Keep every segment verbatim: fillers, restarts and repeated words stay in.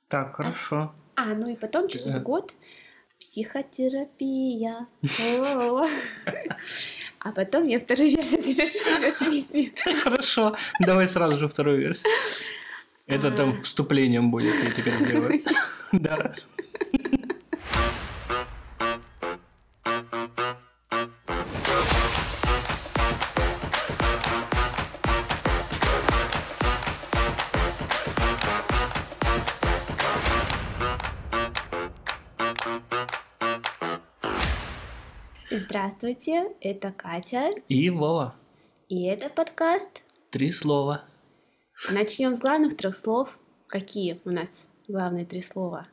Так, хорошо. А, ну и потом через год психотерапия. А потом я вторую версию запишу без песни. Хорошо, давай сразу же вторую версию. Это там вступлением будет, я теперь сделаю. Да. Здравствуйте, это Катя. И Вова. И это подкаст «Три слова». Начнем с главных трех слов. Какие у нас главные три слова?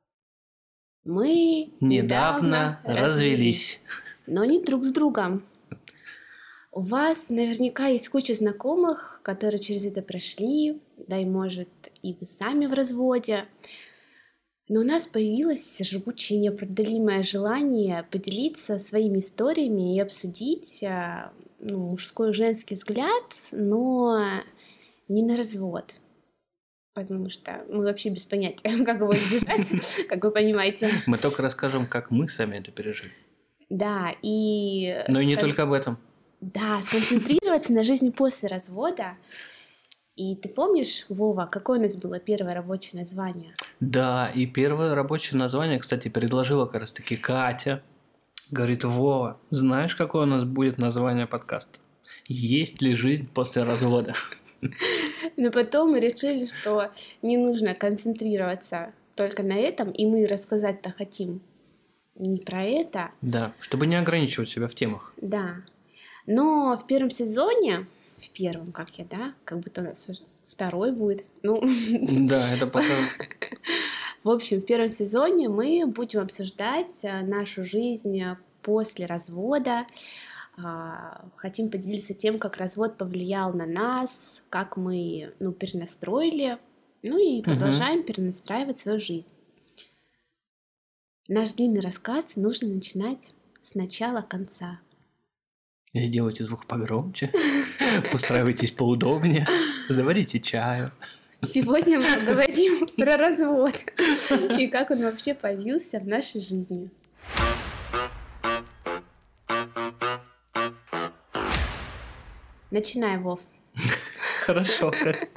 Мы недавно, недавно развелись. развелись. Но не друг с другом. У вас наверняка есть куча знакомых, которые через это прошли, да и может и вы сами в разводе. Но у нас появилось жгучее непреодолимое желание поделиться своими историями и обсудить ну, мужской и женский взгляд, но не на развод. Потому что мы вообще без понятия, как его избежать, как вы понимаете. Мы только расскажем, как мы сами это пережили. Да, и... Но и не только об этом. Да, сконцентрироваться на жизни после развода. И ты помнишь, Вова, какое у нас было первое рабочее название? Да, и первое рабочее название, кстати, предложила как раз таки Катя. Говорит: Вова, знаешь, какое у нас будет название подкаста? Есть ли жизнь после развода? Но потом мы решили, что не нужно концентрироваться только на этом, и мы рассказать-то хотим не про это. Да, чтобы не ограничивать себя в темах. Да, но в первом сезоне... В первом, как я, да? Как будто у нас уже второй будет. Ну... Да, это пока... В общем, в первом сезоне мы будем обсуждать нашу жизнь после развода. Хотим поделиться тем, как развод повлиял на нас, как мы ну, перенастроили, ну и продолжаем угу. перенастраивать свою жизнь. Наш длинный рассказ нужно начинать с начала конца. Сделайте звук погромче, устраивайтесь поудобнее, заварите чаю. Сегодня мы поговорим про развод и как он вообще появился в нашей жизни. Начинай, Вов. Хорошо.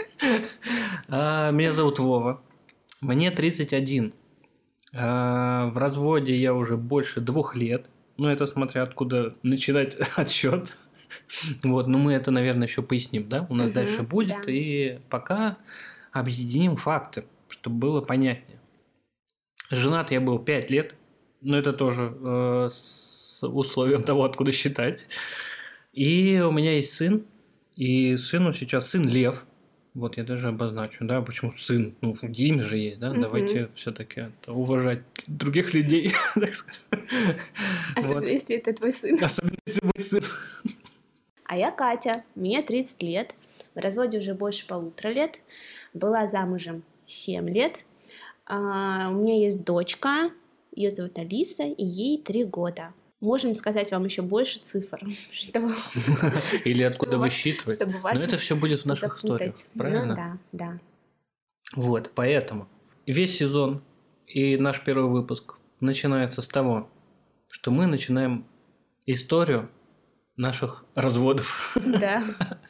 Меня зовут Вова. Мне тридцать один. В разводе я уже больше двух лет. Ну, это смотря откуда начинать отсчет. Вот, но мы это, наверное, еще поясним, да? У нас угу, дальше будет. Да. И пока объединим факты, чтобы было понятнее. Женат я был пять лет. Но это тоже э, с условием того, откуда считать. И у меня есть сын. И сыну сейчас сын Лев. Вот я даже обозначу, да, почему сын, ну, имя же есть, да, mm-hmm. давайте все-таки уважать других людей, так скажем. Особенно, вот. Если это твой сын. Особенно, если мой сын. А я Катя, мне тридцать лет, в разводе уже больше полутора лет, была замужем семь лет, а, у меня есть дочка, ее зовут Алиса, и ей три года. Можем сказать вам еще больше цифр, чтобы... Или откуда высчитывать. Но это все будет в наших историях, правильно? Ну да, да. Вот, поэтому весь сезон и наш первый выпуск начинается с того, что мы начинаем историю наших разводов. Да.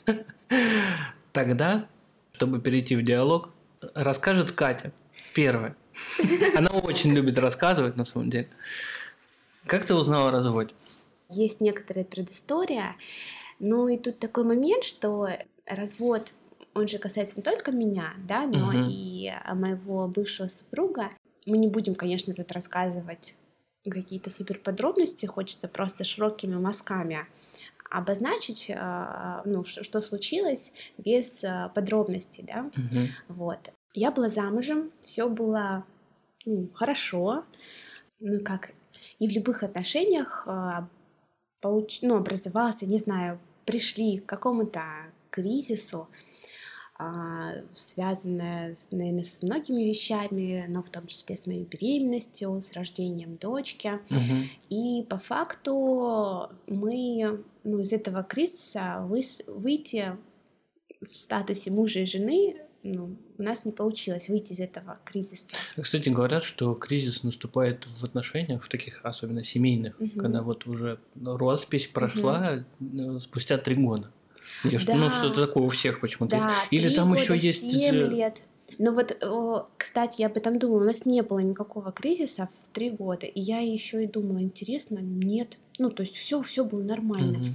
Тогда, чтобы перейти в диалог, расскажет Катя первая. Она очень любит рассказывать, на самом деле. Как ты узнала о разводе? Есть некоторая предыстория, но и тут такой момент, что развод, он же касается не только меня, да, но угу. и моего бывшего супруга. Мы не будем, конечно, тут рассказывать какие-то суперподробности, хочется просто широкими мазками обозначить, ну, что случилось без подробностей, да. Угу. Вот. Я была замужем, все было ну, хорошо, ну как... И в любых отношениях э, получ... ну, образовался, не знаю, пришли к какому-то кризису, э, связанное, наверное, с многими вещами, но в том числе с моей беременностью, с рождением дочки. Uh-huh. И по факту мы ну, из этого кризиса вы... выйти в статусе мужа и жены ну, у нас не получилось выйти из этого кризиса. Кстати, говорят, что кризис наступает в отношениях, в таких особенно семейных, Мгм. когда вот уже роспись прошла э, спустя три года. Или что, ну, Да. что-то такое у всех почему-то есть. Да, Или три там года, еще есть... семь э, лет. Но вот, о, кстати, я об этом думала, у нас не было никакого кризиса в три года, и я еще и думала, интересно, нет. Ну, то есть все, все было нормально. мгм.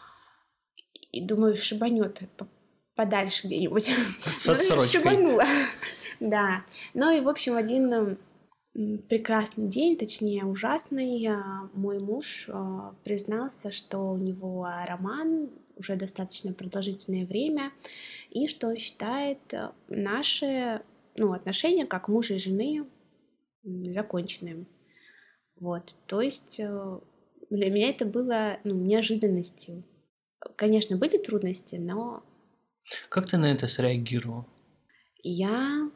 И думаю, шибанет подальше где-нибудь. С Ну, отсрочкой. шибанула. Да. Ну и, в общем, один м, прекрасный день, точнее, ужасный, а, мой муж а, признался, что у него а, роман уже достаточно продолжительное время, и что он считает а, наши, ну, отношения как мужа и жены м, законченным. Вот. То есть э, для меня это было, ну, неожиданностью. Конечно, были трудности, но Как ты на это среагировал? я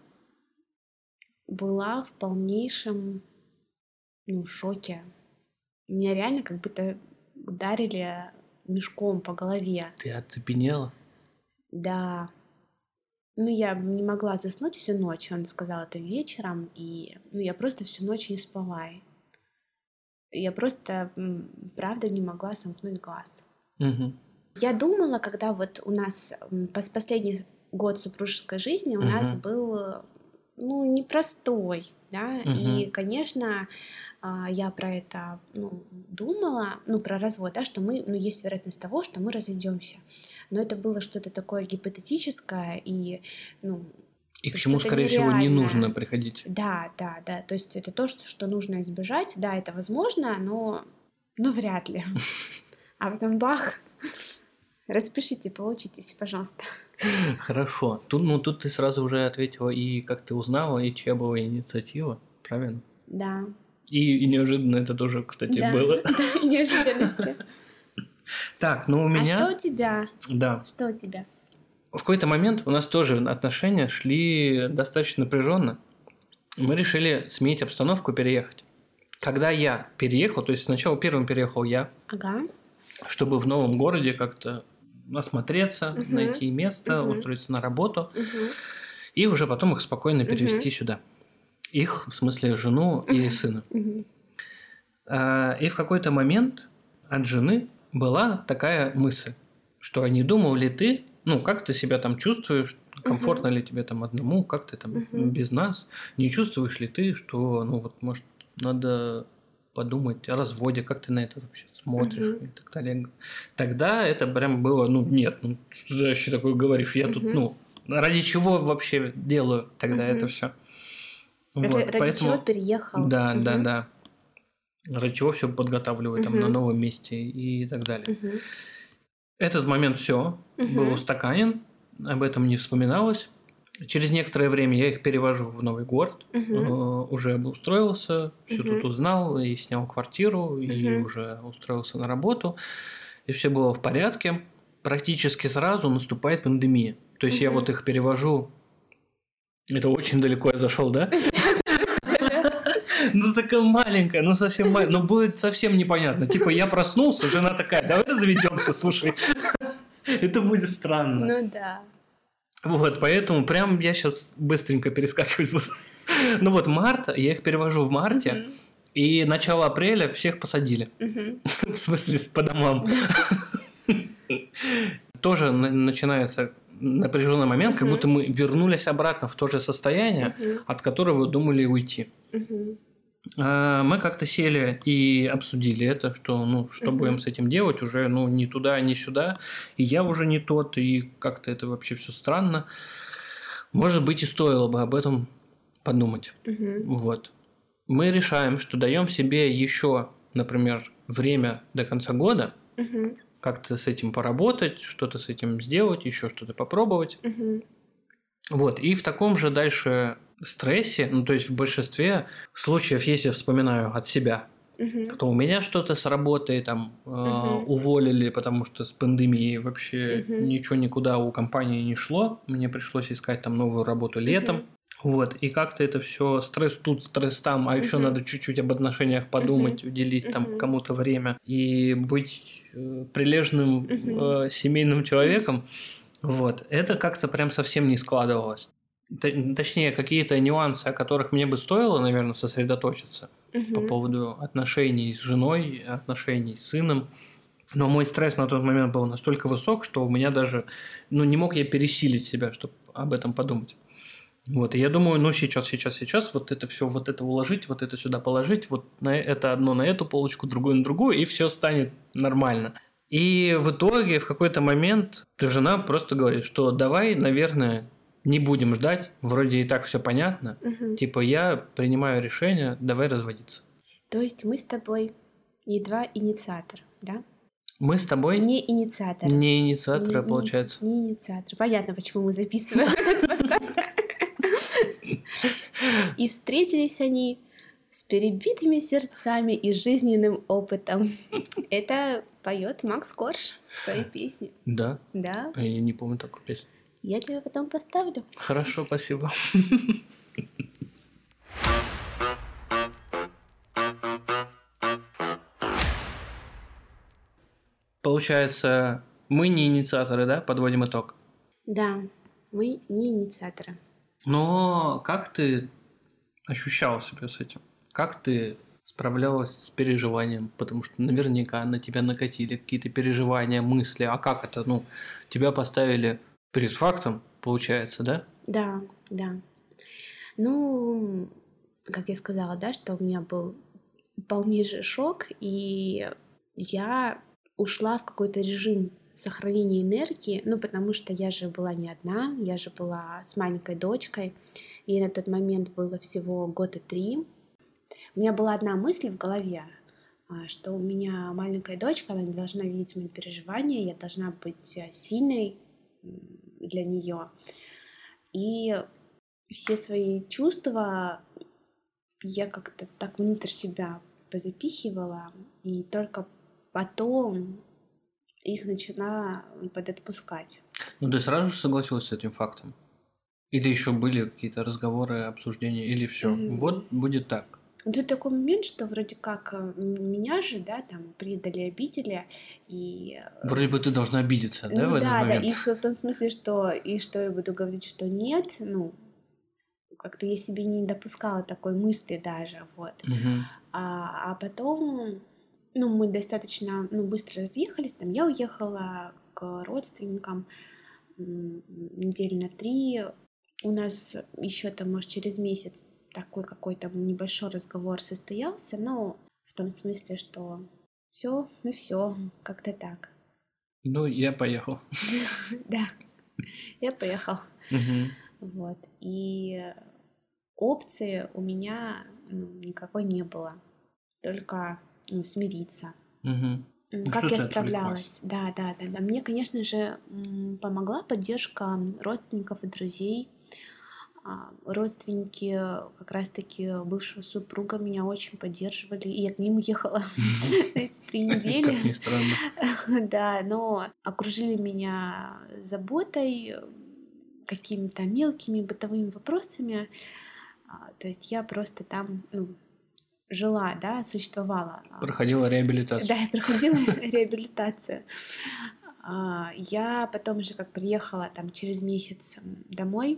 была в полнейшем, ну, шоке. Меня реально как будто ударили мешком по голове. Ты оцепенела? Да. Ну, я не могла заснуть всю ночь, он сказал это вечером, и ну, я просто всю ночь не спала. Я просто, м, правда, не могла сомкнуть глаз. Мгм. Я думала, когда вот у нас м, пос- последний год супружеской жизни у нас Мгм. был, э, ну, непростой, да, и, Мгм. конечно, а, я про это, ну, думала, ну, про развод, да, что мы, ну, есть вероятность того, что мы разойдемся, но это было что-то такое гипотетическое и, ну, И к чему, что-то скорее всего, не нужно нереальное. приходить. Да, да, да, то есть это то, что, что нужно избежать, да, это возможно, но, но вряд ли. А потом бах, распишите, поучитесь, пожалуйста. Хорошо. Тут, ну, тут ты сразу уже ответила и как ты узнала, и чья была инициатива, правильно? Да, И, и неожиданно это тоже, кстати, да, было. да, неожиданности. Так, ну у А что меня, у тебя? да, Что у тебя? в какой-то момент у нас тоже отношения шли достаточно напряженно. Мы решили сменить обстановку, переехать. Когда я переехал, то есть сначала первым переехал я, Ага. чтобы в новом городе как-то осмотреться, Мгм. найти место, Мгм. устроиться на работу, Мгм. и уже потом их спокойно перевести Мгм. сюда. Их, в смысле, жену и сына. Мгм. А, И в какой-то момент от жены была такая мысль, что а не думал ли ты, ну, как ты себя там чувствуешь, комфортно ли тебе там одному, как ты там Мгм. без нас, не чувствуешь ли ты, что, ну, вот, может, надо подумать о разводе, как ты на это вообще смотришь Мгм. и так далее. Тогда это прям было, ну, нет, ну, что ты вообще такое говоришь, я тут, Мгм. ну, ради чего вообще делаю тогда это Мгм. все. Ра- Вот, Ради чего поэтому, переехал? да, да, Мгм. да. Ради чего все подготавливаю там на Мгм. новом месте и так далее. Мгм. Этот момент все был Мгм. устаканен, об этом не вспоминалось. Через некоторое время я их перевожу в новый город, э, Мгм. уже обустроился, все тут Мгм. узнал и снял квартиру, и Мгм. уже устроился на работу, и все было в порядке. Практически сразу наступает пандемия. То есть я Мгм. вот их перевожу. Это очень далеко я зашел, да? Ну, такая маленькая, ну, совсем маленькая. Ну, будет совсем непонятно. Типа, я проснулся, жена такая, давай разведемся, слушай. Это будет странно. Ну да. Вот, поэтому прям я сейчас быстренько перескакивать буду. Ну вот, март, я их перевожу в марте, Мгм. и начало апреля всех посадили. Мгм. В смысле, по домам. Тоже на- начинается напряженный момент, как Мгм. будто мы вернулись обратно в то же состояние, Мгм. от которого думали уйти. Мгм. А, Мы как-то сели и обсудили это, что, ну, что Мгм. будем с этим делать, уже, ну, ни туда, ни сюда, и я уже не тот, и как-то это вообще все странно. Может быть, и стоило бы об этом подумать. Мгм. Вот. Мы решаем, что даем себе еще, например, время до конца года, Мгм. как-то с этим поработать, что-то с этим сделать, еще что-то попробовать. Мгм. Вот, и в таком же дальше стрессе, ну, то есть в большинстве случаев, если я вспоминаю от себя, Мгм. то у меня что-то с работы там э, Мгм. уволили, потому что с пандемией вообще Мгм. ничего никуда у компании не шло, мне пришлось искать там новую работу летом. Мгм. Вот, и как-то это все стресс тут, стресс там, а еще Мгм. надо чуть-чуть об отношениях подумать, уделить там Мгм. кому-то время и быть э, прилежным Мгм. э, семейным человеком. Вот. Это как-то прям совсем не складывалось. Т- Точнее, какие-то нюансы, о которых мне бы стоило, наверное, сосредоточиться по Мгм. поводу отношений с женой, отношений с сыном. Но мой стресс на тот момент был настолько высок, что у меня даже, ну, не мог я пересилить себя, чтобы об этом подумать. Вот, и я думаю, ну, сейчас, сейчас, сейчас, вот это все, вот это уложить, вот это сюда положить, вот на это одно на эту полочку, другое на другую, и все станет нормально. И в итоге в какой-то момент жена просто говорит, что давай, наверное, не будем ждать, вроде и так все понятно, Мгм. типа я принимаю решение, давай разводиться. То есть мы с тобой едва инициатор, да? Мы с тобой Не инициаторы. не инициаторы, Не- не получается. иници- Не инициаторы. Понятно, почему мы записываем этот подкаст. И встретились они с перебитыми сердцами и жизненным опытом. Это поет Макс Корж в своей песне. Да, Да, я не помню такую песню. я тебе потом поставлю. Хорошо, спасибо. Получается, мы не инициаторы, да? Подводим итог. Да, мы не инициаторы. Но как ты ощущала себя с этим? Как ты справлялась с переживанием? Потому что наверняка на тебя накатили какие-то переживания, мысли. А как это? Ну, тебя поставили перед фактом, получается, да? Да, да. Ну, как я сказала, да, что у меня был полнейший шок, и я ушла в какой-то режим сохранения энергии, ну, потому что я же была не одна, я же была с маленькой дочкой, и на тот момент было всего года три. У меня была одна мысль в голове, а, что у меня маленькая дочка, она не должна видеть мои переживания, я должна быть э, сильной м, для нее. И все свои чувства я как-то так внутрь себя позапихивала, и только потом их начала подотпускать. Ну, ты сразу же согласилась с этим фактом? Или еще были какие-то разговоры, обсуждения, или все? Мгм. Вот будет так. Тут такой момент, что вроде как э, м- меня же, да, там предали, обидели, и э, Вроде бы ты должна обидеться, да, в ну этот да, да, момент? и всё в том смысле, что и что я буду говорить, что нет, ну, как-то я себе не допускала такой мысли даже, вот. Мгм. А, а потом, ну, мы достаточно, ну, быстро разъехались, там я уехала к родственникам м, недели на три. У нас еще там, может, через месяц такой какой-то небольшой разговор состоялся, но в том смысле, что все, ну все, как-то так. Ну, я поехал. Да, я поехал. Мгм. Вот. И опции у меня ну, никакой не было. Только ну, смириться. Мгм. М, Ну, Как что я ты отвлеклась? справлялась? Да, да, да, да. Мне, конечно же, м, помогла поддержка родственников и друзей. А, Родственники э, как раз-таки бывшего супруга меня очень поддерживали, и я к ним уехала на эти три Как ни недели. странно. Да, но окружили меня заботой, э, какими-то мелкими бытовыми вопросами. А, То есть я просто там ну, жила, да, существовала. А, Проходила Да, реабилитацию. я проходила реабилитацию. А, Я потом уже как приехала там через месяц м, домой,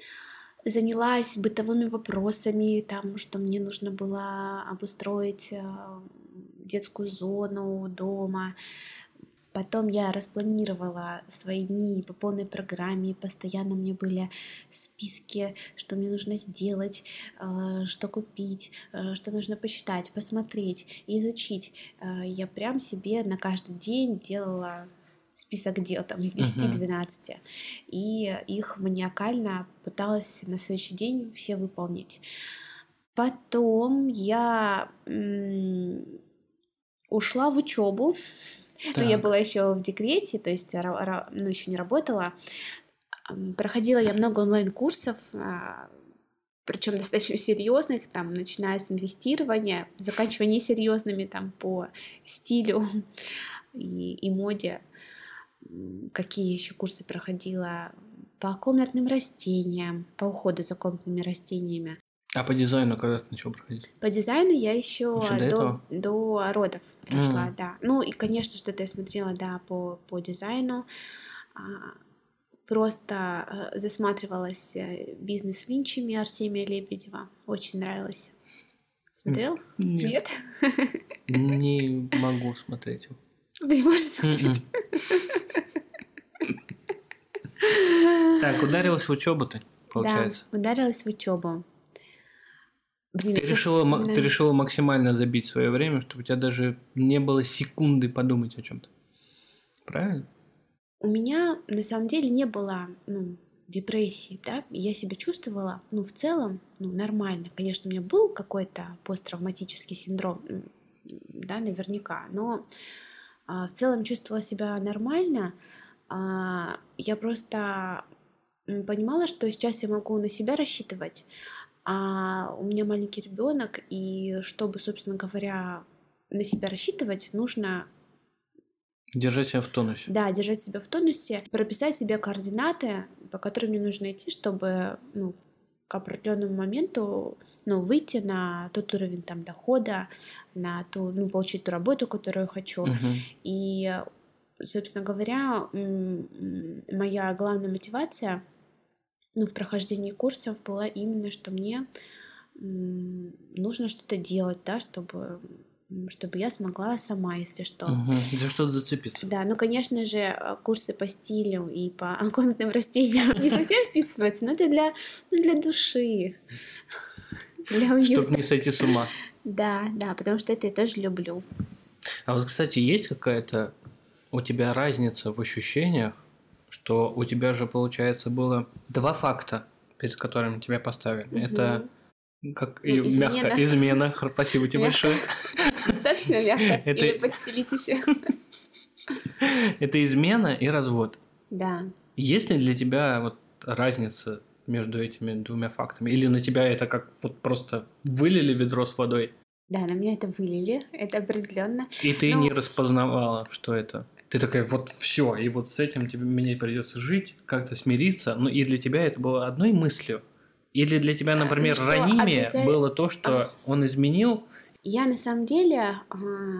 занялась бытовыми вопросами, там, что мне нужно было обустроить э, детскую зону дома. Потом я распланировала свои дни по полной программе, постоянно у меня были списки, что мне нужно сделать, э, что купить, э, что нужно почитать, посмотреть, изучить. Э, Я прям себе на каждый день делала список дел там из десяти Мгм. двенадцати, и их маниакально пыталась на следующий день все выполнить. Потом я м, ушла в учебу. Ну, я Так. была еще в декрете, то есть ра- ра- ну, еще не работала. Ам, Проходила я много онлайн-курсов, причем достаточно серьезных, там, начиная с инвестирования, заканчивая несерьезными там по стилю и, и моде. М, Какие еще курсы проходила? По комнатным растениям, по уходу за комнатными растениями. А по дизайну когда ты начал проходить? По дизайну я Еще еще до до, этого? до родов прошла, М. да. Ну и, конечно, что-то я смотрела, да, по, по дизайну. А, просто э, засматривалась э, «Бизнес с Линчами» Артемия Лебедева. Очень нравилось. Смотрел? Нет. Не могу смотреть его. Вы не можете смотреть? Так, ударилась в учебу-то, получается. Да, ударилась в учебу. Блин, Ты сейчас решила, ма- вспоминаю. ты решила максимально забить свое время, чтобы у тебя даже не было секунды подумать о чем-то. Правильно? У меня на самом деле не было, ну, депрессии, да, я себя чувствовала, ну, в целом, ну, нормально. Конечно, у меня был какой-то посттравматический синдром, м, да, наверняка, но а, в целом чувствовала себя нормально. А, я просто м, понимала, что сейчас я могу на себя рассчитывать, а у меня маленький ребенок, и чтобы, собственно говоря, на себя рассчитывать, нужно, Держать себя в тонусе. да, держать себя в тонусе, прописать себе координаты, по которым мне нужно идти, чтобы, ну, к определенному моменту, ну, выйти на тот уровень там дохода, на ту, ну, получить ту работу, которую я хочу. Мгм. И, собственно говоря, м, м, моя главная мотивация, ну, в прохождении курсов была именно, что мне м, нужно что-то делать, да, чтобы, м, чтобы я смогла сама, если что. Мгм. За что-то зацепиться. Да, ну, конечно же, э, курсы по стилю и по комнатным растениям не совсем вписываются, но это для, ну, для души, для Чтобы уюта. не сойти с ума. Да, да, потому что это я тоже люблю. А вот, кстати, есть какая-то у тебя разница в ощущениях, что у тебя же, получается, было два факта, перед которыми тебя поставили. Это Мгм. как Ну, и мягко измена. измена. Хр- Спасибо тебе Мягко. большое. Достаточно мягко? Это, Или подстелить еще? это измена и развод. Да. Есть ли для тебя вот разница между этими двумя фактами? Или на тебя это как вот просто вылили ведро с водой, Да, на меня это вылили, это определенно. и ты Но не распознавала, что это? Ты такая, вот все, и вот с этим тебе, мне придется жить, как-то смириться. Ну и для тебя это было одной мыслью? Или для тебя, а, ну например, что, ранимее обяза- было то, а, что он изменил? я на самом деле а,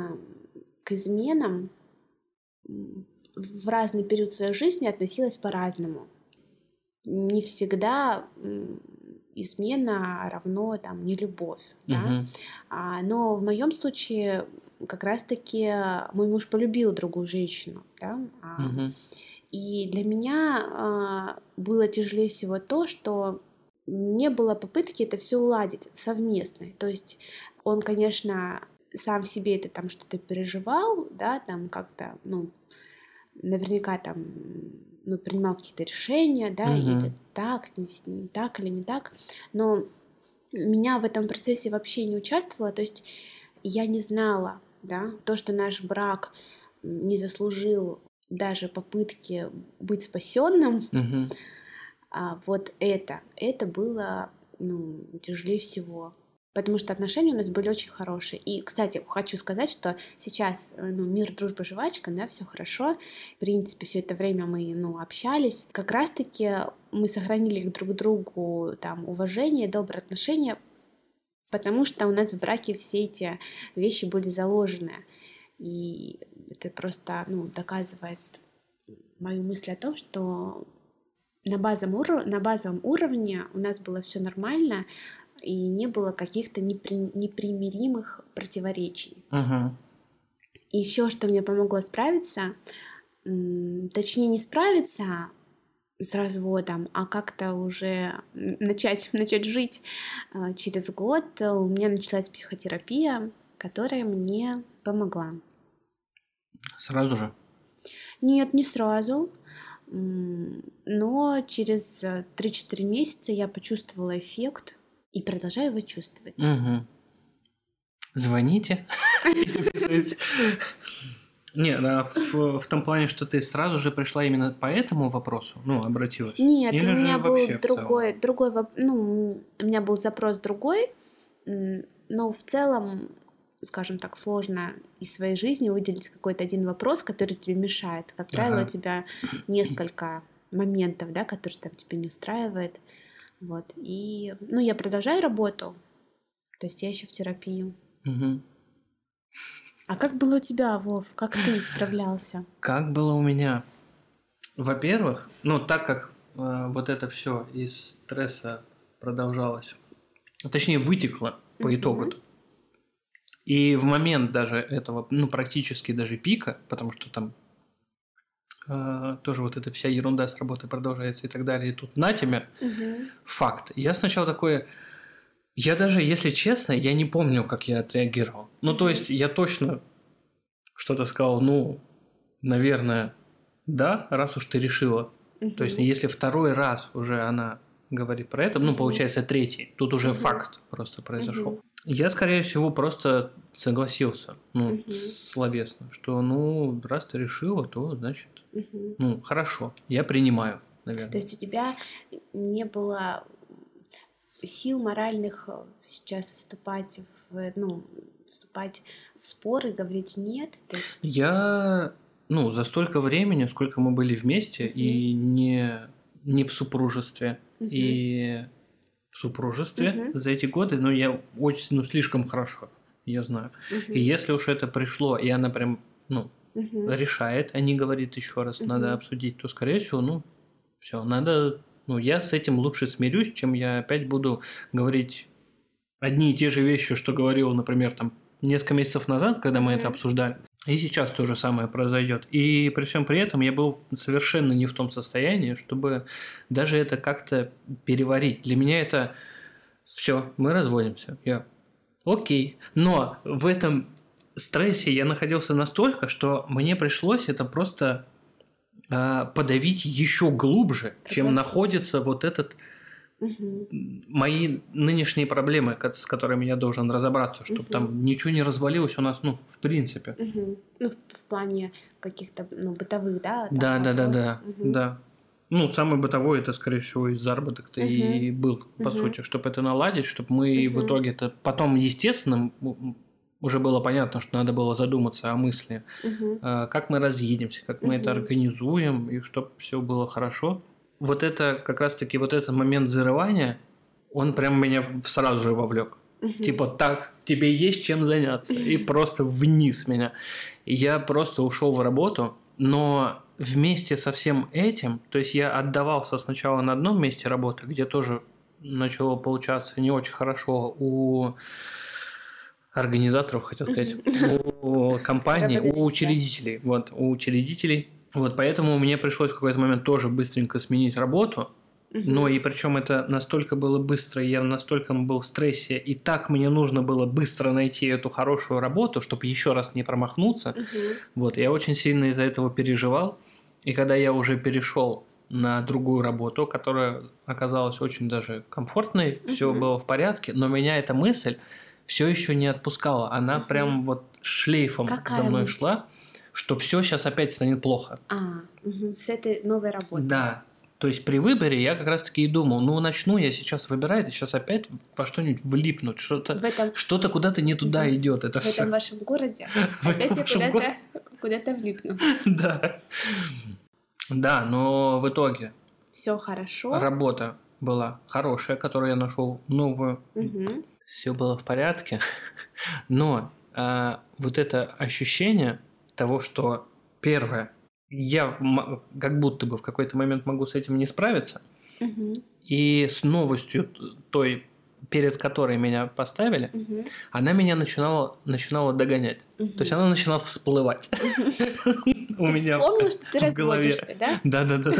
к изменам м, в разный период своей жизни относилась по-разному. Не всегда м, измена равно там нелюбовь, да. Мгм. А, но в моем случае как раз-таки мой муж полюбил другую женщину, да. А, Мгм. И для меня а, было тяжелее всего то, что не было попытки это все уладить совместно. То есть он, конечно, сам себе это там что-то переживал, да, там как-то, ну, наверняка там, ну, принимал какие-то решения, да, или Мгм. так, не, с- не так или не так, но меня в этом процессе вообще не участвовала, то есть я не знала, да, то, что наш брак м, не заслужил даже попытки быть спасенным, Мгм. а вот это, это было, ну, тяжелее всего. Потому что отношения у нас были очень хорошие. И, кстати, хочу сказать, что сейчас, э, ну, мир, дружба, жвачка, да, все хорошо. В принципе, все это время мы, ну, общались. Как раз-таки мы сохранили друг к другу там уважение, добрые отношения, потому что у нас в браке все эти вещи были заложены. И это просто, ну, доказывает мою мысль о том, что на базовом, уро- на базовом уровне у нас было все нормально, и не было каких-то непри- непримиримых противоречий. Мгм. И еще что мне помогло справиться, м, точнее не справиться с разводом, а как-то уже м, начать, начать жить а, через год, э, у меня началась психотерапия, которая мне помогла. Сразу же. Нет, не сразу, м, но через э, три-четыре месяца я почувствовала эффект и продолжаю его чувствовать. Мгм. Звоните и записывайте. Не, а в, в том плане, что ты сразу же пришла именно по этому вопросу, ну, обратилась? Нет, Или у же меня был вообще в целом? другой, другой, воп- ну, у меня был запрос другой, м, но в целом, скажем так, сложно из своей жизни выделить какой-то один вопрос, который тебе мешает. Как правило, у Ага. тебя несколько моментов, да, которые там тебя не устраивают. Вот. И, ну, я продолжаю работу, то есть я еще в терапию. Мгм. А как было у тебя, Вов? Как ты справлялся? Как было у меня? Во-первых, ну, так как э, вот это все из стресса продолжалось, точнее, вытекло по Мгм. итогу-то. И в момент даже этого, ну, практически даже пика, потому что там э, тоже вот эта вся ерунда с работы продолжается и так далее, и тут на тебе Мгм. факт. Я сначала такой, я даже, если честно, я не помню, как я отреагировал. Ну, то Мгм. есть я точно что-то сказал, ну, наверное, да, раз уж ты решила. То есть Мгм. если второй раз уже она говорит про это, ну, Мгм. получается третий, тут уже Мгм. факт просто произошел. Мгм. Я, скорее всего, просто согласился, ну, Мгм. словесно, что, ну, раз ты решила, то, значит, Мгм. ну, хорошо, я принимаю, То наверное. есть у тебя не было сил моральных э, сейчас вступать в, ну, вступать в споры, говорить нет. То есть... Я, ну, за столько времени, сколько мы были вместе, Мгм. и не, не в супружестве, Мгм. и в супружестве Мгм. за эти годы, ну, я очень, ну, слишком хорошо, я знаю. И Мгм. если уж это пришло, и она прям, ну, Мгм. решает, а не говорит еще раз, надо Мгм. обсудить, то, скорее всего, ну, все, надо, ну, я с этим лучше смирюсь, чем я опять буду говорить одни и те же вещи, что говорил, например, там, несколько месяцев назад, когда мы это Мгм. обсуждали. И сейчас то же самое произойдет. И при всем при этом я был совершенно не в том состоянии, чтобы даже это как-то переварить. Для меня это все, мы разводимся. Я окей. Но в этом стрессе я находился настолько, что мне пришлось это просто а, подавить еще глубже, чем Проглотить. находится вот этот Мгм. мои нынешние проблемы, ко- с которыми я должен разобраться, чтобы Мгм. там ничего не развалилось у нас, ну, в принципе. Мгм. Ну, в, в плане каких-то, ну, бытовых, да, там, Да, да, да, вопросов. да, Мгм. да. Ну, самый бытовой это, скорее всего, и заработок-то и Мгм. был, по Мгм. сути, чтобы это наладить, чтобы мы в Мгм. итоге-то потом, естественно, м, уже было понятно, что надо было задуматься о мысли, Мгм. а, как мы разъедемся, как мы это Мгм. организуем, и чтобы все было хорошо. Вот это, как раз-таки, вот этот момент зарывания, он прям меня в- сразу же вовлек. Мгм. Типа, так, тебе есть чем заняться. И просто вниз меня. И я просто ушел в работу, но вместе со всем этим, то есть я отдавался сначала на одном месте работы, где тоже начало получаться не очень хорошо у организаторов, хотел сказать, у компаний, у Работодателя. учредителей. Вот, у учредителей. Вот, поэтому мне пришлось в какой-то момент тоже быстренько сменить работу. Мгм. Но и причем это настолько было быстро, я настолько был в стрессе, и так мне нужно было быстро найти эту хорошую работу, чтобы еще раз не промахнуться. Мгм. Вот, я очень сильно из-за этого переживал. И когда я уже перешел на другую работу, которая оказалась очень даже комфортной, все Мгм. было в порядке, но меня эта мысль все еще не отпускала. Она Мгм. прям вот шлейфом Какая за мной мысль? шла, что все сейчас опять станет плохо. А, мгм, с этой новой работы. Да. То есть при выборе я как раз-таки и думал, ну начну я сейчас выбирать, и сейчас опять во что-нибудь влипнуть, что-то, В этом, что-то куда-то не туда Мгм. идет, это в этом все. вашем городе В этом опять я вашем куда-то куда-то влипну. Да. Да, но в итоге Все хорошо. работа была хорошая, которую я нашел новую, Мгм. все было в порядке, но а, вот это ощущение того, что первое, я м- как будто бы в какой-то момент могу с этим не справиться, Мгм. и с новостью т- той, перед которой меня поставили, Мгм. она меня начинала, начинала догонять. То есть Мгм. она начинала всплывать у Ты меня вспомнил, что ты в голове. разводишься, да? Да-да-да.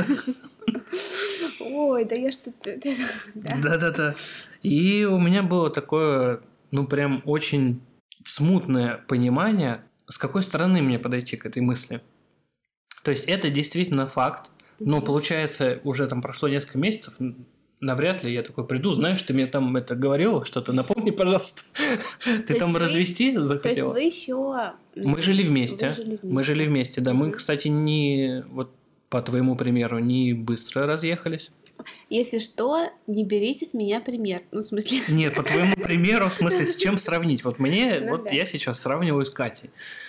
Ой, да я что-то... Да. Да-да-да. И у меня было такое, ну, прям очень смутное понимание, с какой стороны мне подойти к этой мысли. То есть это действительно факт, но Мгм. получается, уже там прошло несколько месяцев, м, навряд ли я такой приду, знаешь, ты мне там это говорил, что-то напомни, пожалуйста. Ты есть там вы- развести То есть захотела? вы еще... Мы жили вместе. Вы жили Мы жили вместе, да. Мы, Мгм. кстати, не вот по твоему примеру, не быстро разъехались. Если что, не берите с меня пример. Ну, в смысле... Нет, по твоему примеру, в смысле, с чем сравнить? Вот мне, Ну вот да. я сейчас сравниваю с Катей.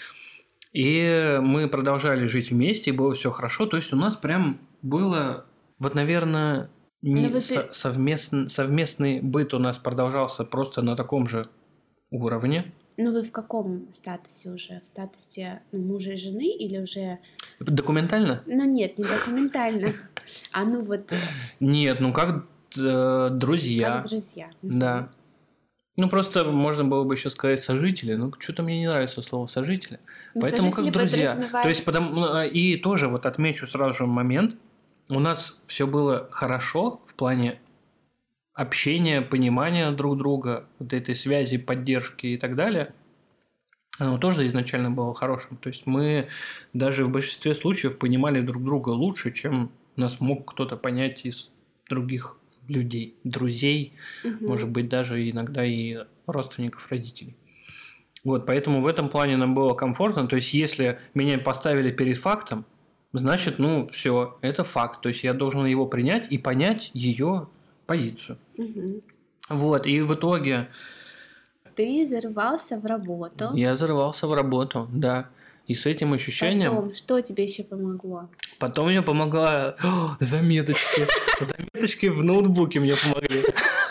И мы продолжали жить вместе, и было все хорошо. То есть у нас прям было, вот, наверное, не Но вы со- пер- совместн- совместный быт у нас продолжался просто на таком же уровне. Ну, вы в каком статусе уже? В статусе ну, мужа и жены или уже... Документально? Ну, нет, не документально. А ну вот... Нет, ну как э, друзья. Как друзья. Да. Ну, просто можно было бы еще сказать сожители. Ну, что-то мне не нравится слово сожители. Ну, Поэтому сожители как друзья. подразумевает- То есть, потому, и тоже вот отмечу сразу же момент. У нас все было хорошо в плане общения, понимания друг друга, вот этой связи, поддержки и так далее. Оно тоже изначально было хорошим. То есть мы даже в большинстве случаев понимали друг друга лучше, чем нас мог кто-то понять из других людей, друзей, Мгм. может быть, даже иногда и родственников, родителей. Вот, поэтому в этом плане нам было комфортно. То есть, если меня поставили перед фактом, значит, ну, все, это факт. То есть, я должен его принять и понять ее позицию. Мгм. Вот, и в итоге Ты зарывался в работу. я зарывался в работу, да. И с этим ощущением... Потом, что тебе еще помогло? Потом мне помогла... О, заметочки. Заметочки в ноутбуке мне помогли.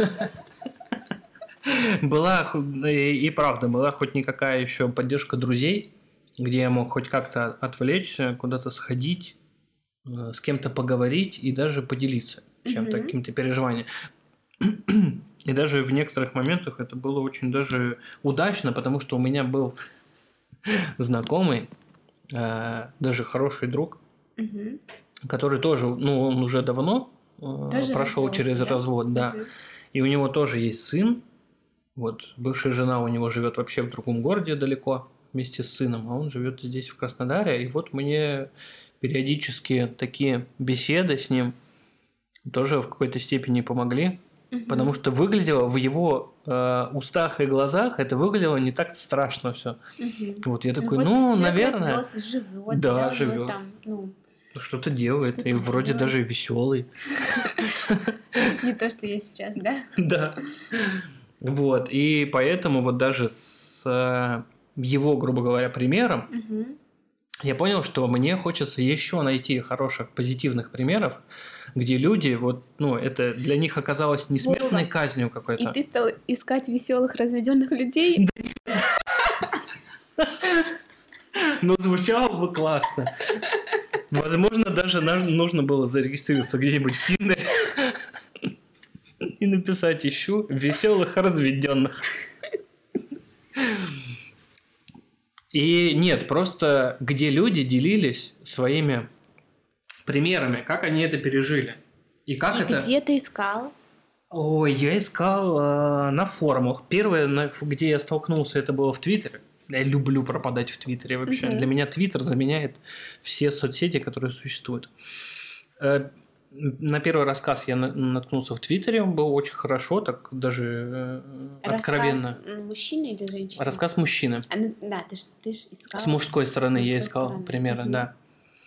Была, и, и правда, была хоть никакая еще поддержка друзей, где я мог хоть как-то отвлечься, куда-то сходить, э, с кем-то поговорить и даже поделиться чем-то, Мгм. каким-то переживанием. И даже в некоторых моментах это было очень даже удачно, потому что у меня был знакомый, э, даже хороший друг, Мгм. который тоже, ну, он уже давно э, Тоже прошел развелся, через да? развод, да. Мгм. И у него тоже есть сын. Вот, бывшая жена у него живет вообще в другом городе далеко вместе с сыном, а он живет здесь, в Краснодаре. И вот мне периодически такие беседы с ним тоже в какой-то степени помогли, Мгм. потому что выглядело в его э, устах и глазах, это выглядело не так страшно все. Мгм. Вот я такой, вот ну, человек наверное, развелся, живет, да, у него живет. там, ну, что-то делает, Что-то и вроде делает. даже веселый. не то, что я сейчас, да? Да. Вот, и поэтому вот даже с э, его, грубо говоря, примером Мгм. я понял, что мне хочется еще найти хороших, позитивных примеров, где люди, вот, ну, это для них оказалось не смертной Вова, казнью И какой-то. ты стал искать веселых разведенных людей? Но звучало бы классно. Возможно, даже нам нужно было зарегистрироваться где-нибудь в Тиндере и написать «Ищу веселых разведенных». И нет, просто где люди делились своими примерами, как они это пережили. И как И это... где ты искал? Ой, я искал э, на форумах. Первое, на- где я столкнулся, это было в Твиттере. Я люблю пропадать в Твиттере вообще. Мгм. Для меня Твиттер заменяет все соцсети, которые существуют. Э, на первый рассказ я на- наткнулся в Твиттере, он был очень хорошо, так даже э, откровенно. Рассказ м, мужчины или женщины? Рассказ мужчины. А, ну, да, ты ж, ты ж искал. С мужской стороны С я мужской искал стороны. примеры, Мгм. да.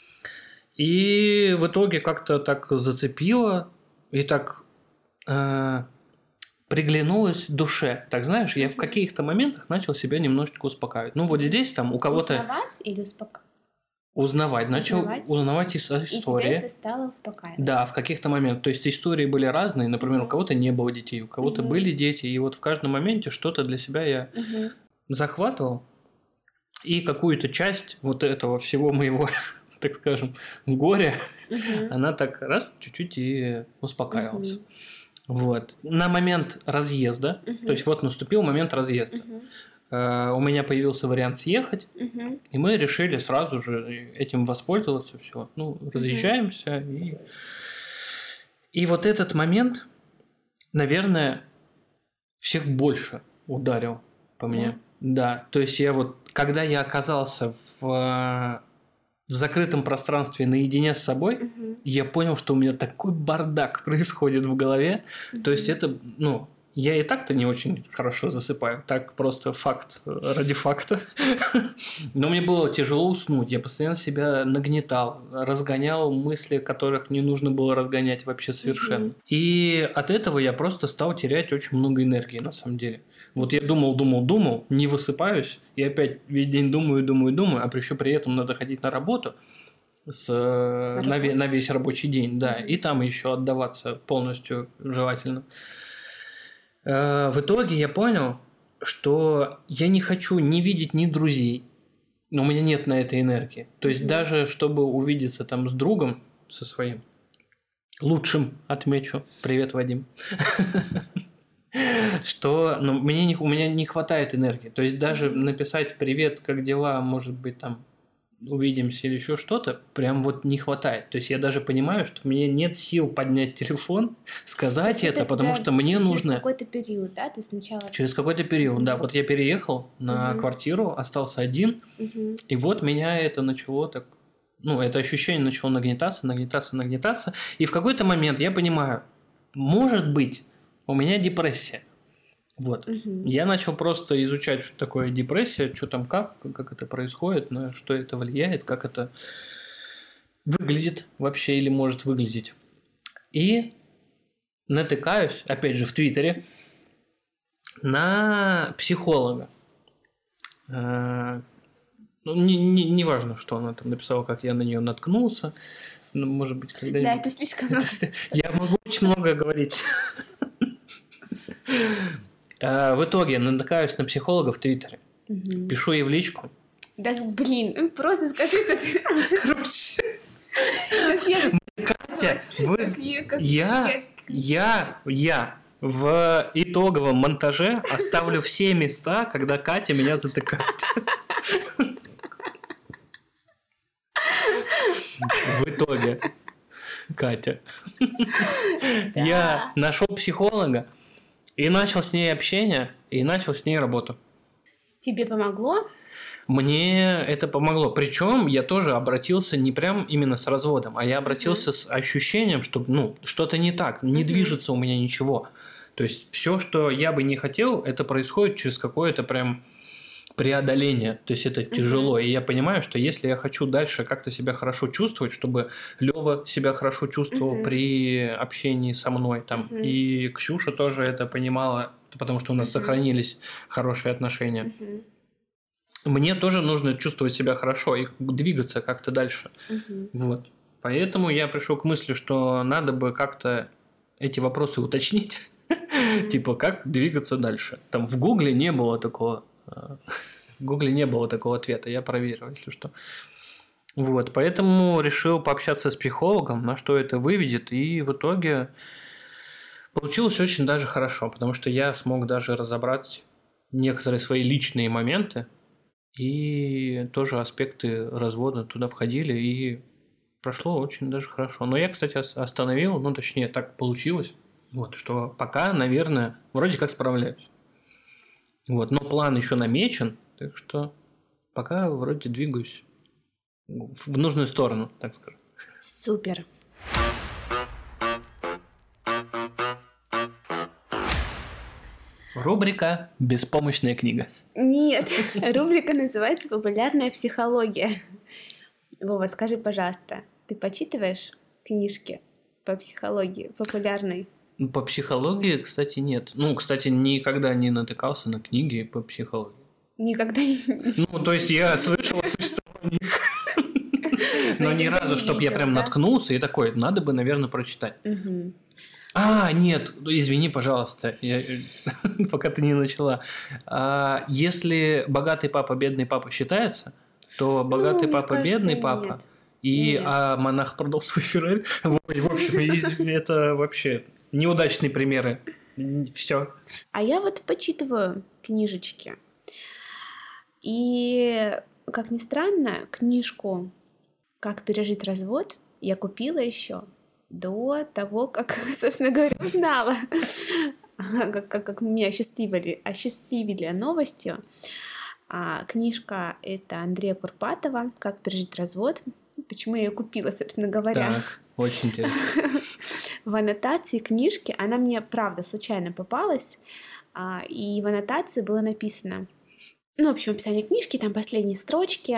И в итоге как-то так зацепило и так э, приглянулось душе. Так знаешь, я в каких-то моментах начал себя немножечко успокаивать. Ну вот здесь там у кого-то Узнавать или успокаивать? узнавать, начал Узнавать? узнавать ис- И тебя истории. это стало успокаивать? Да, в каких-то моментах. То есть истории были разные. Например, у Мгм. кого-то не было детей, у кого-то Мгм. были дети. И вот в каждом моменте что-то для себя я Мгм. захватывал. И какую-то часть вот этого всего моего, так скажем, горя, Мгм. она так раз чуть-чуть и успокаивалась. Мгм. Вот. На момент разъезда, Мгм. то есть вот наступил момент разъезда. Мгм. Э, У меня появился вариант съехать, Мгм. и мы решили сразу же этим воспользоваться. Все. Ну, разъезжаемся. И... и вот этот момент, наверное, всех больше ударил по мне. Да. То есть я вот, когда я оказался в, э, в закрытом пространстве наедине с собой, Мгм. я понял, что у меня такой бардак происходит в голове. То есть это, ну, я и так-то не очень хорошо засыпаю. Так просто факт ради факта. Но мне было тяжело уснуть. Я постоянно себя нагнетал, разгонял мысли, которых не нужно было разгонять вообще совершенно. Мгм. И от этого я просто стал терять очень много энергии на самом деле. Вот я думал, думал, думал, не высыпаюсь, и опять весь день думаю, думаю, думаю, а еще при этом надо ходить на работу с, э, на, ве- на весь рабочий день, да, Мгм. и там еще отдаваться полностью желательно. Э, В итоге я понял, что я не хочу ни видеть ни друзей, но у меня нет на это энергии. То есть mm-hmm. даже чтобы увидеться там с другом, со своим лучшим, отмечу, привет, Вадим, что ну, мне не, у меня не хватает энергии. То есть даже написать привет, как дела, может быть, там увидимся или еще что-то, прям вот не хватает. То есть я даже понимаю, что мне нет сил поднять телефон, сказать это, это потому что мне через нужно... Через какой-то период, да? То есть сначала... Через какой-то период, mm-hmm. да. Вот я переехал на mm-hmm. квартиру, остался один, mm-hmm. и вот меня это начало так... Ну, это ощущение начало нагнетаться, нагнетаться, нагнетаться. И в какой-то момент я понимаю, может быть, у меня депрессия. Вот. Угу. Я начал просто изучать, что такое депрессия, что там как, как это происходит, на что это влияет, как это выглядит вообще или может выглядеть. И натыкаюсь, опять же, в Твиттере на психолога. Ну, не, не, не важно, что она там написала, как я на нее наткнулся. Ну, может быть, когда-нибудь... Да, это слишком много. Я могу очень много говорить. В итоге натыкаюсь на психолога в Твиттере. Пишу ей в личку. Да, блин, просто скажи, что ты... Короче. Катя, вы... Я... Я... Я... В итоговом монтаже оставлю все места, когда Катя меня затыкает. В итоге, Катя, да. Я нашел психолога и начал с ней общение, и начал с ней работу. Тебе помогло? Мне это помогло. Причем я тоже обратился не прям именно с разводом, а я обратился mm-hmm. с ощущением, что ну, что-то не так, не mm-hmm. движется у меня ничего. То есть все, что я бы не хотел, это происходит через какое-то прям преодоление. То есть это uh-huh. тяжело. И я понимаю, что если я хочу дальше как-то себя хорошо чувствовать, чтобы Лёва себя хорошо чувствовал uh-huh. при общении со мной, там, uh-huh. и Ксюша тоже это понимала, потому что у нас uh-huh. сохранились хорошие отношения. Uh-huh. Мне тоже нужно чувствовать себя хорошо и двигаться как-то дальше. Uh-huh. Вот. Поэтому я пришел к мысли, что надо бы как-то эти вопросы уточнить. Mm-hmm. Типа, как двигаться дальше. Там в Гугле не было такого. В Гугле не было такого ответа. Я проверил, если что. Вот. Поэтому решил пообщаться с психологом, на что это выведет. И в итоге получилось очень даже хорошо. Потому что я смог даже разобрать некоторые свои личные моменты. И тоже аспекты развода туда входили. И прошло очень даже хорошо. Но я, кстати, остановил. Ну, точнее, так получилось. Вот, что пока, наверное, вроде как справляюсь. Вот, но план еще намечен, так что пока вроде двигаюсь в нужную сторону, так скажем. Супер. Рубрика «Беспомощная книга». Нет, рубрика называется «Популярная психология». Вова, скажи, пожалуйста, ты почитываешь книжки по психологии популярной? По психологии, кстати, нет. Ну, кстати, никогда не натыкался на книги по психологии. Никогда не... Ну, то есть я слышал о существовании их, но ни разу, чтобы я прям наткнулся и такой, надо бы, наверное, прочитать. А, нет, извини, пожалуйста, пока ты не начала. Если «Богатый папа, бедный папа» считается, то «Богатый папа, бедный папа» и «А монах продал свой Феррари». В общем, это вообще... Неудачные примеры. Все. А я вот почитываю книжечки. И, как ни странно, книжку «Как пережить развод» я купила еще до того, как, собственно говоря, узнала, как, как, как меня осчастливили, осчастливили новостью. А книжка это Андрея Курпатова «Как пережить развод». Почему я ее купила, собственно говоря. Так, очень интересно. В аннотации книжки, она мне, правда, случайно попалась, и в аннотации было написано, ну, в общем, описание книжки, там последние строчки.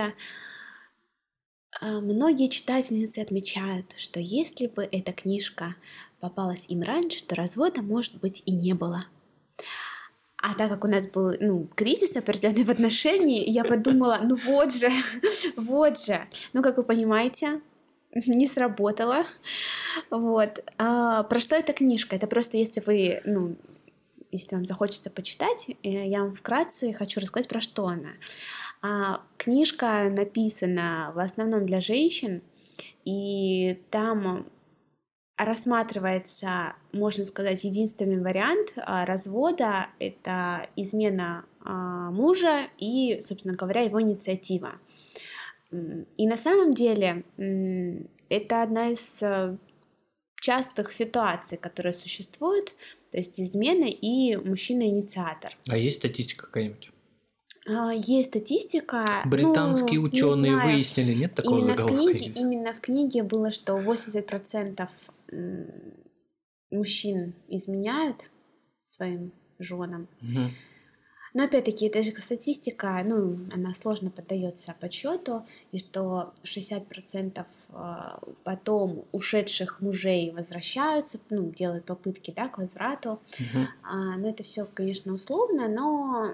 Многие читательницы отмечают, что если бы эта книжка попалась им раньше, то развода, может быть, и не было. А так как у нас был, ну, кризис определенный в отношении, я подумала, ну вот же, вот же. Ну, как вы понимаете, не сработало. Вот. А, про что эта книжка? Это просто если вы, ну, если вам захочется почитать, я вам вкратце хочу рассказать, про что она. А, книжка написана в основном для женщин, и там рассматривается, можно сказать, единственный вариант развода — это измена мужа и, собственно говоря, его инициатива. И на самом деле это одна из частых ситуаций, которые существуют, то есть измена и мужчина-инициатор. А есть статистика какая-нибудь? Есть статистика. Британские ну, ученые не выяснили, нет такого именно заголовка? В книге, именно в книге было, что восемьдесят процентов мужчин изменяют своим женам. Угу. Но опять-таки, это же статистика, ну, она сложно поддается подсчету, и что шестьдесят процентов потом ушедших мужей возвращаются, ну, делают попытки, да, к возврату. Угу. А, но это все, конечно, условно, но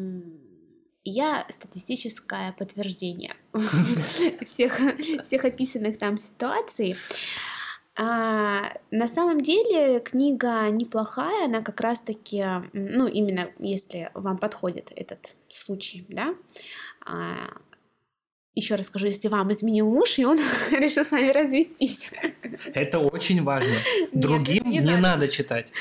я статистическое подтверждение всех, всех описанных там ситуаций. А, на самом деле книга неплохая, она как раз-таки, ну, именно если вам подходит этот случай, да. А, еще раз скажу, если вам изменил муж, и он решил с вами развестись. Это очень важно. Другим Нет, не, не надо. надо читать.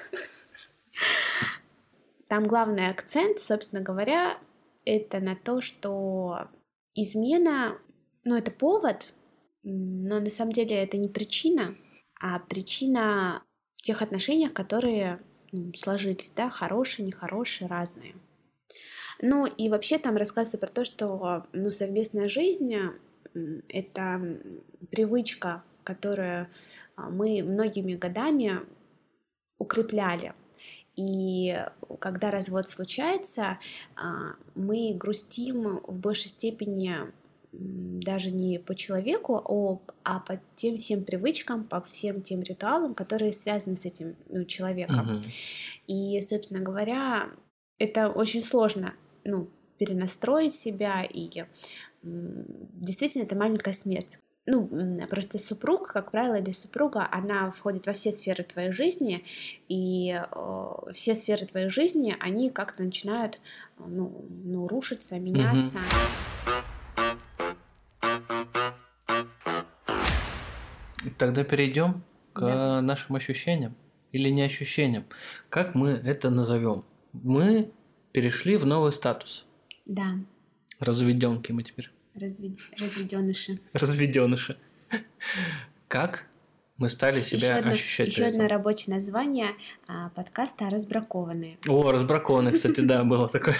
Там главный акцент, собственно говоря, это на то, что измена, ну, это повод, но на самом деле это не причина, а причина в тех отношениях, которые, ну, сложились, да, хорошие, нехорошие, разные. Ну и вообще там рассказывается про то, что, ну, совместная жизнь — это привычка, которую мы многими годами укрепляли. И когда развод случается, мы грустим в большей степени даже не по человеку, а по тем всем привычкам, по всем тем ритуалам, которые связаны с этим, ну, человеком. Угу. И, собственно говоря, это очень сложно, ну, перенастроить себя, и действительно это маленькая смерть. Ну, просто супруг, как правило, или супруга, она входит во все сферы твоей жизни, и э, все сферы твоей жизни, они как-то начинают, ну, ну рушиться, меняться. Тогда перейдем к да. нашим ощущениям или не ощущениям. Как мы это назовем? Мы перешли в новый статус. Да. Разведёнки мы теперь. Развед... Разведёныши. Разведёныши. Как мы стали себя еще ощущать? Еще одно рабочее название а, подкаста «Разбракованные». О, «Разбракованные», кстати, да, было такое.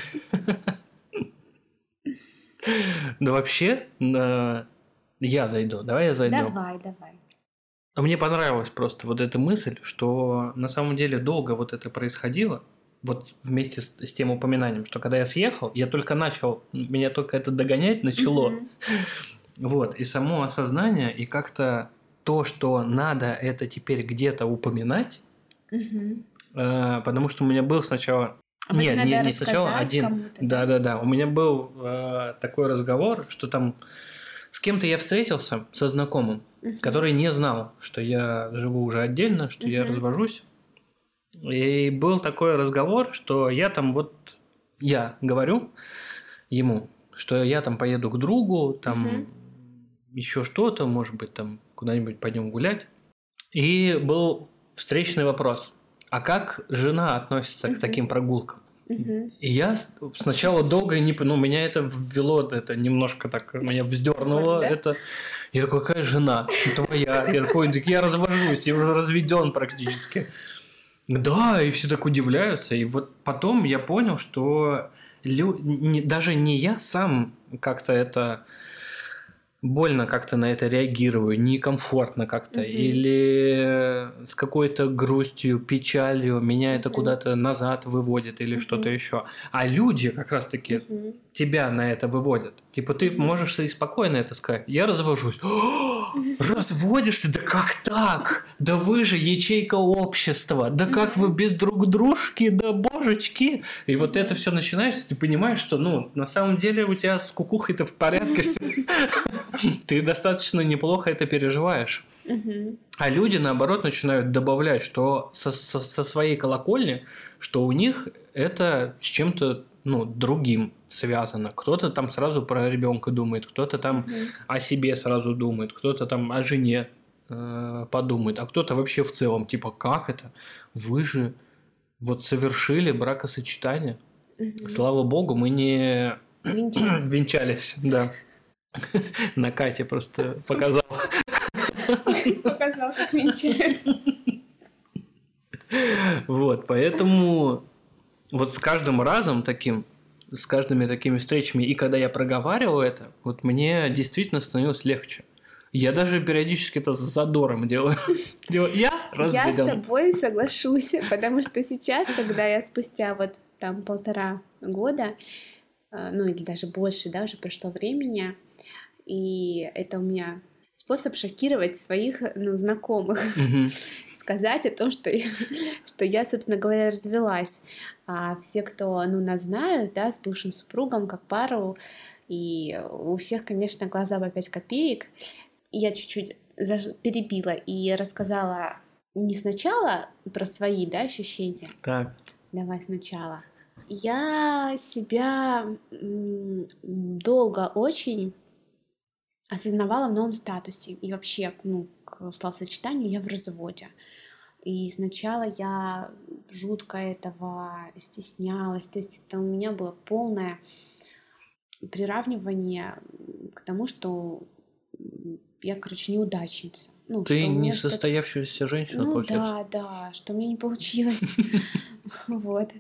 Да вообще, я зайду. Давай я зайду. Давай, давай. Мне понравилась просто вот эта мысль, что на самом деле долго вот это происходило, вот вместе с, с тем упоминанием, что когда я съехал, я только начал, меня только это догонять начало. Mm-hmm. Вот, и само осознание, и как-то то, что надо это теперь где-то упоминать, mm-hmm. э, потому что у меня был сначала... А Нет, не, не сначала один. Да-да-да, у меня был э, такой разговор, что там с кем-то я встретился, со знакомым, uh-huh. который не знал, что я живу уже отдельно, что uh-huh. я развожусь. И был такой разговор, что я там вот, я говорю ему, что я там поеду к другу, там uh-huh. еще что-то, может быть, там куда-нибудь пойдем гулять. И был встречный вопрос. А как жена относится uh-huh. к таким прогулкам? Uh-huh. И я сначала долго не понял, ну, меня это ввело, это немножко так, меня вздернуло. Да? Это... Я такой, какая жена? Твоя. Я такой, так я развожусь, я уже разведен практически. Да, и все так удивляются. И вот потом я понял, что лю... не, даже не я сам как-то это... больно как-то на это реагирую, некомфортно как-то, mm-hmm. или с какой-то грустью, печалью меня mm-hmm. это куда-то назад выводит или mm-hmm. что-то еще. А люди как раз-таки mm-hmm. тебя на это выводят. Типа ты mm-hmm. можешь и спокойно это сказать. Я развожусь. Разводишься? Да как так? Да вы же ячейка общества. Да как вы без друг дружки? Да божечки. И вот это все начинается, ты понимаешь, что ну на самом деле у тебя с кукухой-то в порядке все. Ты достаточно неплохо это переживаешь. Мгм. А люди, наоборот, начинают добавлять, что со, со- со своей колокольни, что у них это с чем-то, ну, другим связано. Кто-то там сразу про ребенка думает, кто-то там Мгм. о себе сразу думает, кто-то там о жене э, подумает, а кто-то вообще в целом, типа, как это? Вы же вот совершили бракосочетание. Мгм. Слава богу, мы не Венчались. венчались, да. На Кате просто показал. Показал, как венчается. Вот, поэтому вот с каждым разом таким, с каждыми такими встречами, и когда я проговаривал это, вот мне действительно становилось легче. Я даже периодически это с задором делаю. Делаю, Я Я с разведен. тобой соглашусь, потому что сейчас, когда я спустя вот там полтора года, э, ну или даже больше, да, уже прошло времени, и это у меня способ шокировать своих, ну, знакомых, Мгм. сказать о том, что, что я, собственно говоря, развелась. А все, кто, ну, нас знают, да, с бывшим супругом, как пару, и у всех, конечно, глаза по пять копеек. И я чуть-чуть заж- перебила и рассказала не сначала про свои, да, ощущения. Так. Давай сначала. Я себя м, долго очень осознавала в новом статусе. И вообще, ну, к словосочетанию я в разводе. И сначала я жутко этого стеснялась. То есть это у меня было полное приравнивание к тому, что м, я, короче, неудачница. Ну, Ты что у не меня что-то... состоявшаяся женщина, Ну получается. да, да, что мне не получилось. Вот.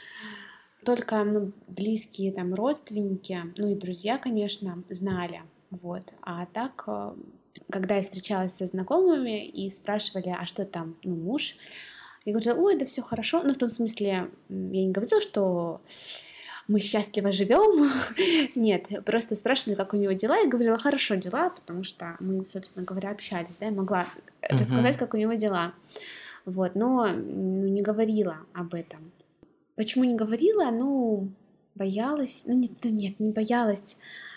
Только, ну, близкие там родственники, ну и друзья, конечно, знали. Вот. А так, э, когда я встречалась со знакомыми и спрашивали, а что там, ну, муж, я говорила, ой, да все хорошо. Ну, в том смысле, м, я не говорила, что мы счастливо живем. Нет, просто спрашивали, как у него дела. Я говорила, хорошо дела, потому что мы, собственно говоря, общались, да, я могла рассказать, Мгм. как у него дела. Вот, но ну, не говорила об этом. Почему не говорила? Ну, боялась. Ну, нет, да нет, не боялась.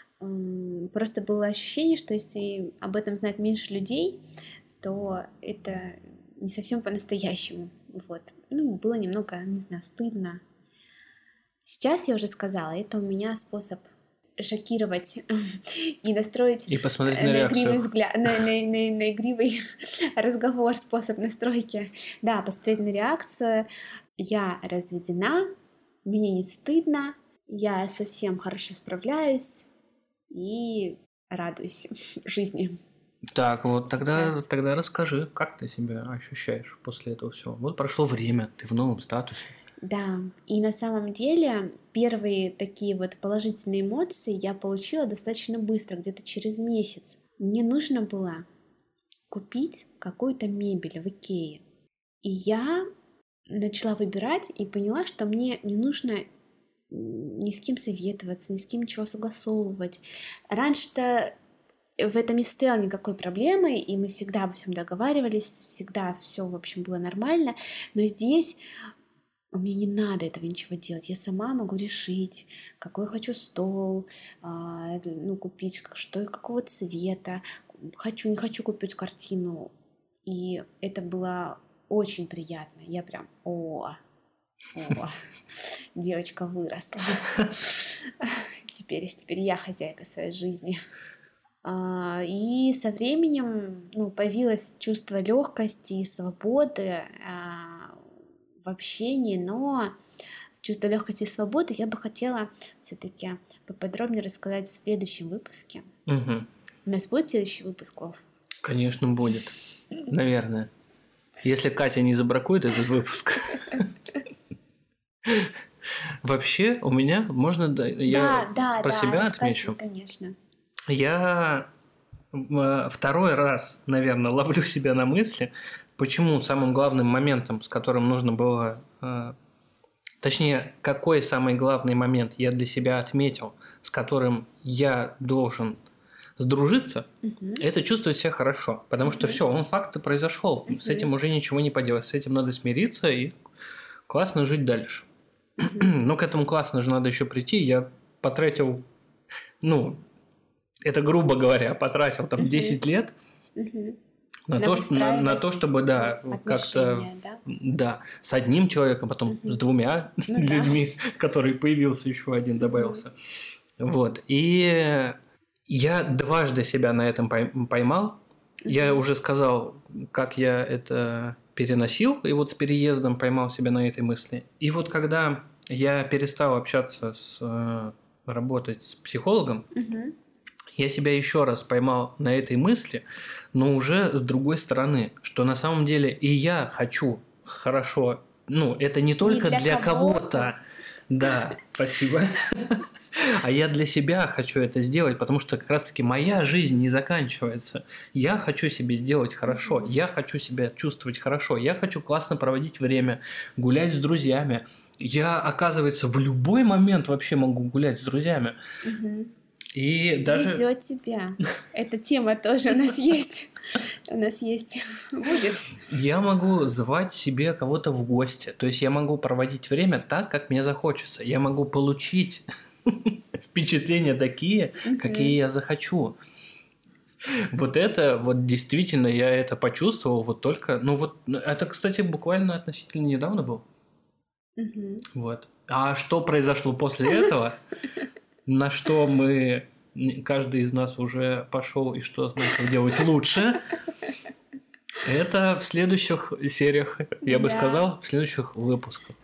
М, Просто было ощущение, что если об этом знает меньше людей, то это не совсем по-настоящему. Вот. Ну, было немного, не знаю, стыдно. Сейчас я уже сказала, это у меня способ шокировать и настроить И посмотреть э, на на игривый реакцию. взгляд, на, на- на- на игривый разговор, способ настройки. Да, посмотреть на реакцию. Я разведена, мне не стыдно, я совсем хорошо справляюсь и радуюсь жизни Так, вот тогда, сейчас. тогда расскажи, как ты себя ощущаешь после этого всего. Вот прошло время, ты в новом статусе. Да, и на самом деле первые такие вот положительные эмоции я получила достаточно быстро, где-то через месяц. Мне нужно было купить какую-то мебель в Икее. И я начала выбирать и поняла, что мне не нужно м, ни с кем советоваться, ни с кем ничего согласовывать. Раньше-то в этом не стояло никакой проблемы, и мы всегда обо всем договаривались, всегда все, в общем, было нормально. Но здесь мне не надо этого ничего делать. Я сама могу решить, какой хочу стол, а, это, ну, купить, как- что и какого цвета. Хочу, не хочу купить картину. И это было очень приятно. Я прям, о, о, девочка выросла. Теперь, теперь я хозяйка своей жизни. А, И со временем, ну, появилось чувство легкости и свободы а, в общении, но чувство легкости и свободы я бы хотела все-таки поподробнее рассказать в следующем выпуске. Мгм. У нас будет следующий выпуск, Вов? Конечно, будет. Наверное. Если Катя не забракует этот выпуск. Вообще, у меня, можно да, я Да, да, про да, себя расскажи, отмечу. конечно. Я э, второй раз, наверное, ловлю себя на мысли, почему самым главным моментом, с которым нужно было, э, точнее, какой самый главный момент я для себя отметил, с которым я должен сдружиться, Мгм, это чувствовать себя хорошо. Потому что мгм, все, он факт произошел. С этим мгм, уже ничего не поделать. С этим надо смириться и классно жить дальше. мгм, Но к этому классно же надо еще прийти. Я потратил, ну, это грубо говоря, потратил там мгм, десять лет мгм, На, на, то, что, на, на то, чтобы, да, как-то, да? да, с одним человеком, потом угу. с двумя ну, людьми, да. который появился, еще один добавился. Угу. Вот. И я дважды себя на этом поймал. Угу. Я уже сказал, как я это переносил, и вот с переездом поймал себя на этой мысли. И вот когда я перестал общаться с, работать с психологом, угу. я себя еще раз поймал на этой мысли, но уже с другой стороны, что на самом деле и я хочу хорошо, ну, это не только не для, для кого-то. кого-то, да, спасибо, а я для себя хочу это сделать, потому что как раз-таки моя жизнь не заканчивается. Я хочу себе сделать хорошо, я хочу себя чувствовать хорошо, я хочу классно проводить время, гулять с друзьями. Я, оказывается, в любой момент вообще могу гулять с друзьями. Угу. И даже... Везет тебя. Эта тема тоже у нас есть. У нас есть. Будет. Я могу звать себе кого-то в гости. То есть я могу проводить время так, как мне захочется. Я могу получить впечатления такие, какие я захочу. Вот это, вот действительно я это почувствовал вот только... Ну вот, это, кстати, буквально относительно недавно было. Вот. А что произошло после этого? На что мы, каждый из нас уже пошел и что начал делать лучше, это в следующих сериях, я бы да. сказал, в следующих выпусках.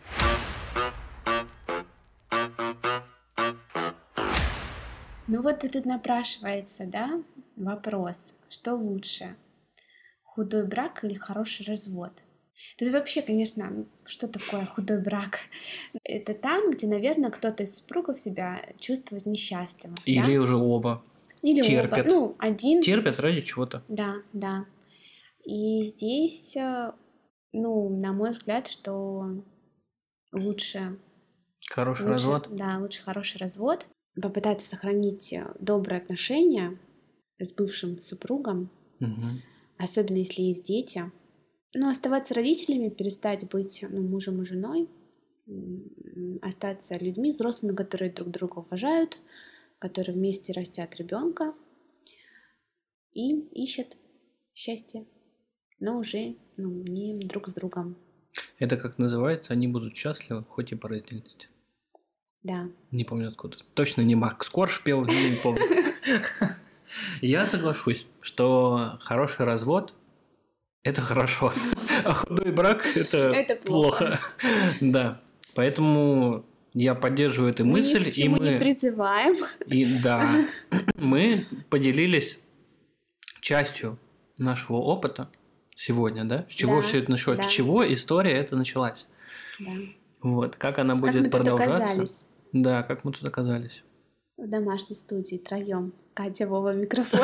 Ну вот и тут напрашивается, да, вопрос, что лучше, худой брак или хороший развод? Тут вообще, конечно, что такое худой брак? Это там, где, наверное, кто-то из супругов себя чувствует несчастливым. Или да? уже оба Или терпят. оба. Ну, один... Терпят ради чего-то. Да, да. И здесь, ну, на мой взгляд, что лучше... Хороший лучше, развод? Да, лучше хороший развод. Попытаться сохранить добрые отношения с бывшим супругом, угу. особенно если есть дети. Ну, оставаться родителями, перестать быть ну, мужем и женой, остаться людьми взрослыми, которые друг друга уважают, которые вместе растят ребенка и ищут счастье, но уже ну, не друг с другом. Это как называется, они будут счастливы, хоть и по раздельности. Да. Не помню откуда. Точно не Макс Корж пел, не помню. Я соглашусь, что хороший развод это хорошо, а худой брак – это, это плохо. плохо. Да, поэтому я поддерживаю эту мы мысль. Мы ни к чему и мы... не призываем. И да, мы поделились частью нашего опыта сегодня, да? С чего да, все это началось? Да. С чего история эта началась? Да. Вот, как она будет как мы продолжаться? Тут оказались? Да, как мы тут оказались? В домашней студии троем. Катя, Вова, микрофон.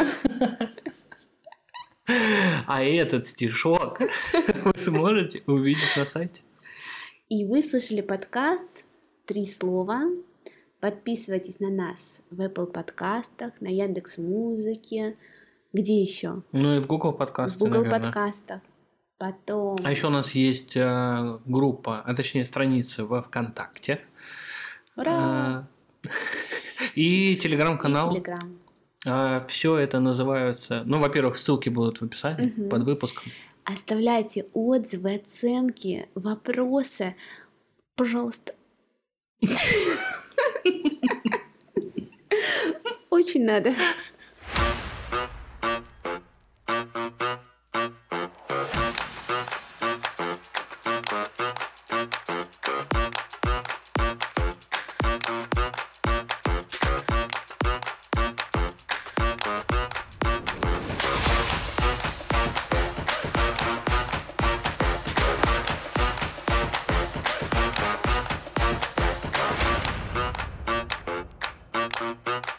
А этот стишок вы сможете увидеть на сайте. И вы слышали подкаст «Три слова». Подписывайтесь на нас в Apple подкастах, на Яндекс.Музыке. Где еще? Ну и в Google подкастах. В Google наверное. подкастах. Потом... А еще у нас есть э, группа, а точнее страница во ВКонтакте. Ура! И телеграм-канал. И телеграм. Все это называется... Ну, во-первых, ссылки будут в описании угу. под выпуском. Оставляйте отзывы, оценки, вопросы. Пожалуйста. Очень надо. Thank you.